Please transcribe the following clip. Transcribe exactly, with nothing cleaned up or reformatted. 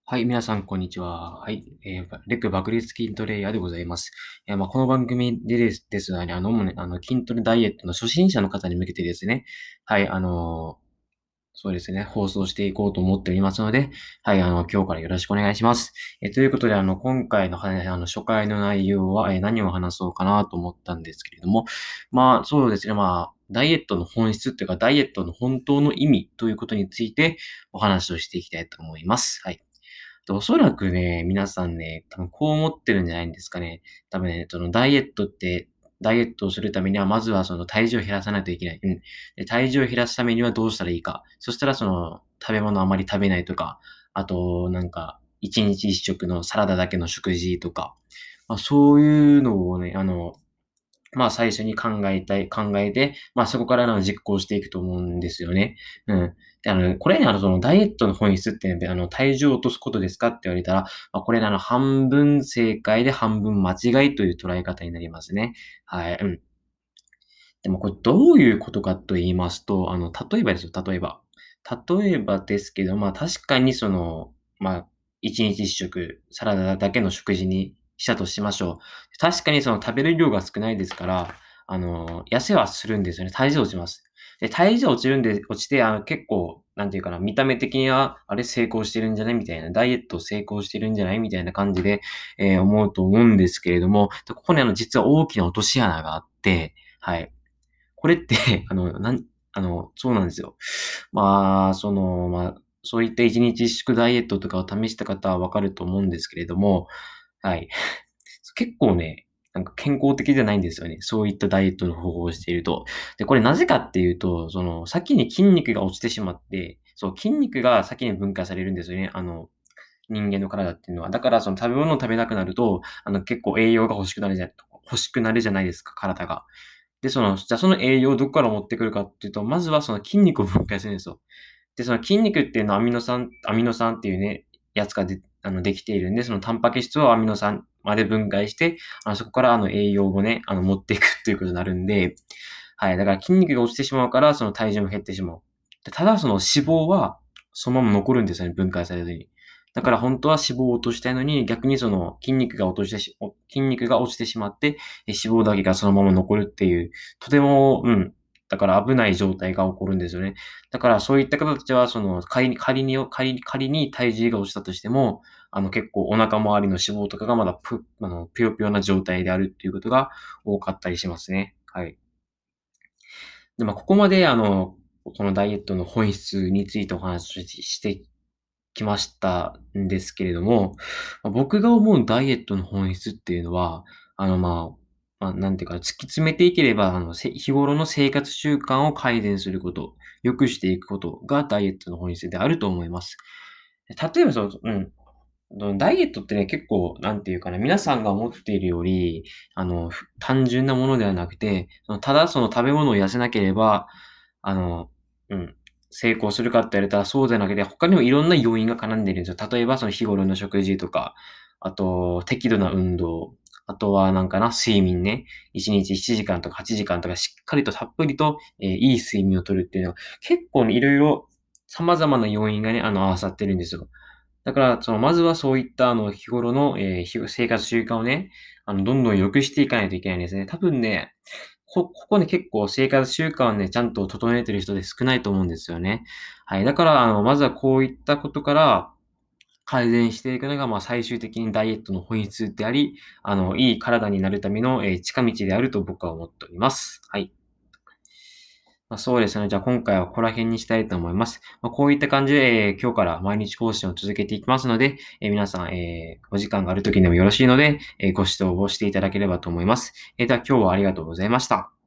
はい、皆さん、こんにちは。はい、えー、レック爆裂筋トレイヤーでございます。えーまあ、この番組でですですね、あの、主にあの筋トレダイエットの初心者の方に向けてですね、はい、あのーそうですね、放送していこうと思っておりますので、はい、あの、今日からよろしくお願いします。えーということで、あの、今回の、はい、あの、初回の内容は、えー何を話そうかなと思ったんですけれども、まあ、そうですね、まあ、ダイエットの本質というか、ダイエットの本当の意味ということについてお話をしていきたいと思います。はい。でおそらくね、皆さんね、多分こう思ってるんじゃないんですかね。多分ね、そのダイエットって、ダイエットをするためには、まずはその体重を減らさないといけない。うん。で、体重を減らすためにはどうしたらいいか。そしたらその、食べ物あまり食べないとか、あと、なんか、一日一食のサラダだけの食事とか、まあ、そういうのをね、あの、まあ、最初に考えたい考えて、まあ、そこからの実行していくと思うんですよね。うん。で、あの、これね、あの、そのダイエットの本質ってね、あの、体重を落とすことですかって言われたら、まあ、これね、あの、半分正解で半分間違いという捉え方になりますね。はい。うん。でもこれどういうことかと言いますと、あの、例えばですよ、例えば。例えばですけど、まあ確かにその、まあ、一日一食、サラダだけの食事にしたとしましょう。確かにその食べる量が少ないですから、あの、痩せはするんですよね。体重落ちます。で、体重落ちるんで、落ちて、あの、結構、なんていうかな、見た目的には、あれ成功してるんじゃないみたいな、ダイエット成功してるんじゃないみたいな感じで、えー思うと思うんですけれども、ここにあの、実は大きな落とし穴があって、はい。これってあの、なんあの、そうなんですよ。まあ、その、まあ、そういった一日一食ダイエットとかを試した方はわかると思うんですけれども、はい。結構ね、なんか健康的じゃないんですよね。そういったダイエットの方法をしていると。で、これなぜかっていうと、その、先に筋肉が落ちてしまって、そう、筋肉が先に分解されるんですよね。あの、人間の体っていうのは。だから、その食べ物を食べなくなると、あの、結構栄養が欲しくなるじゃ、欲しくなるじゃないですか、体が。で、その、じゃあその栄養をどこから持ってくるかっていうと、まずはその筋肉を分解するんですよ。で、その筋肉っていうのはアミノ酸アミノ酸っていうね、やつがであの、できているんで、そのタンパク質をアミノ酸まで分解して、あの、そこからあの栄養をね、あの、持っていくっていうことになるんで、はい、だから筋肉が落ちてしまうから、その体重も減ってしまう。でただその脂肪はそのまま残るんですよね、分解されずに。だから本当は脂肪を落としたいのに、逆にその筋肉が落としてしお筋肉が落ちてしまって、え脂肪だけがそのまま残るっていう、とても、うん、だから危ない状態が起こるんですよね。だからそういった方たちは、その、仮に仮に仮に仮に体重が落ちたとしても、あの、結構お腹周りの脂肪とかがまだぷあの、ぷよぷよな状態であるっていうことが多かったりしますね。はい。で、まあ、ここまで、あの、このダイエットの本質についてお話ししてきましたんですけれども、まあ、僕が思うダイエットの本質っていうのは、あの、まあ、まあ、なんていうか、突き詰めていければ、あの、せ日頃の生活習慣を改善すること、良くしていくことがダイエットの本質であると思います。例えばそう、うん、ダイエットってね、結構、なんていうかな、皆さんが思っているより、あの、ふ単純なものではなくて、そのただその食べ物を痩せなければ、あの、うん、成功するかって言われたらそうじゃなくて、他にもいろんな要因が絡んでいるんですよ。例えばその日頃の食事とか、あと適度な運動、あとはなんかな、睡眠ね。いちにちしちじかんとかはちじかんとかしっかりとたっぷりと、えーいい睡眠をとるっていうのは、結構ね、いろいろ様々な要因がね、あの、合わさってるんですよ。だから、その、まずはそういったあの、日頃の、えーひ生活習慣をね、あの、どんどん良くしていかないといけないんですね。多分ね、こここね、結構生活習慣をね、ちゃんと整えてる人で少ないと思うんですよね。はい。だから、あの、まずはこういったことから改善していくのが、まあ、最終的にダイエットの本質であり、あの、いい体になるための、えー近道であると僕は思っております。はい。まあ、そうですね。じゃあ今回はここら辺にしたいと思います。まあ、こういった感じで、えー今日から毎日更新を続けていきますので、えー皆さん、えーお時間がある時でもよろしいので、えーご指導をしていただければと思います。えーでは今日はありがとうございました。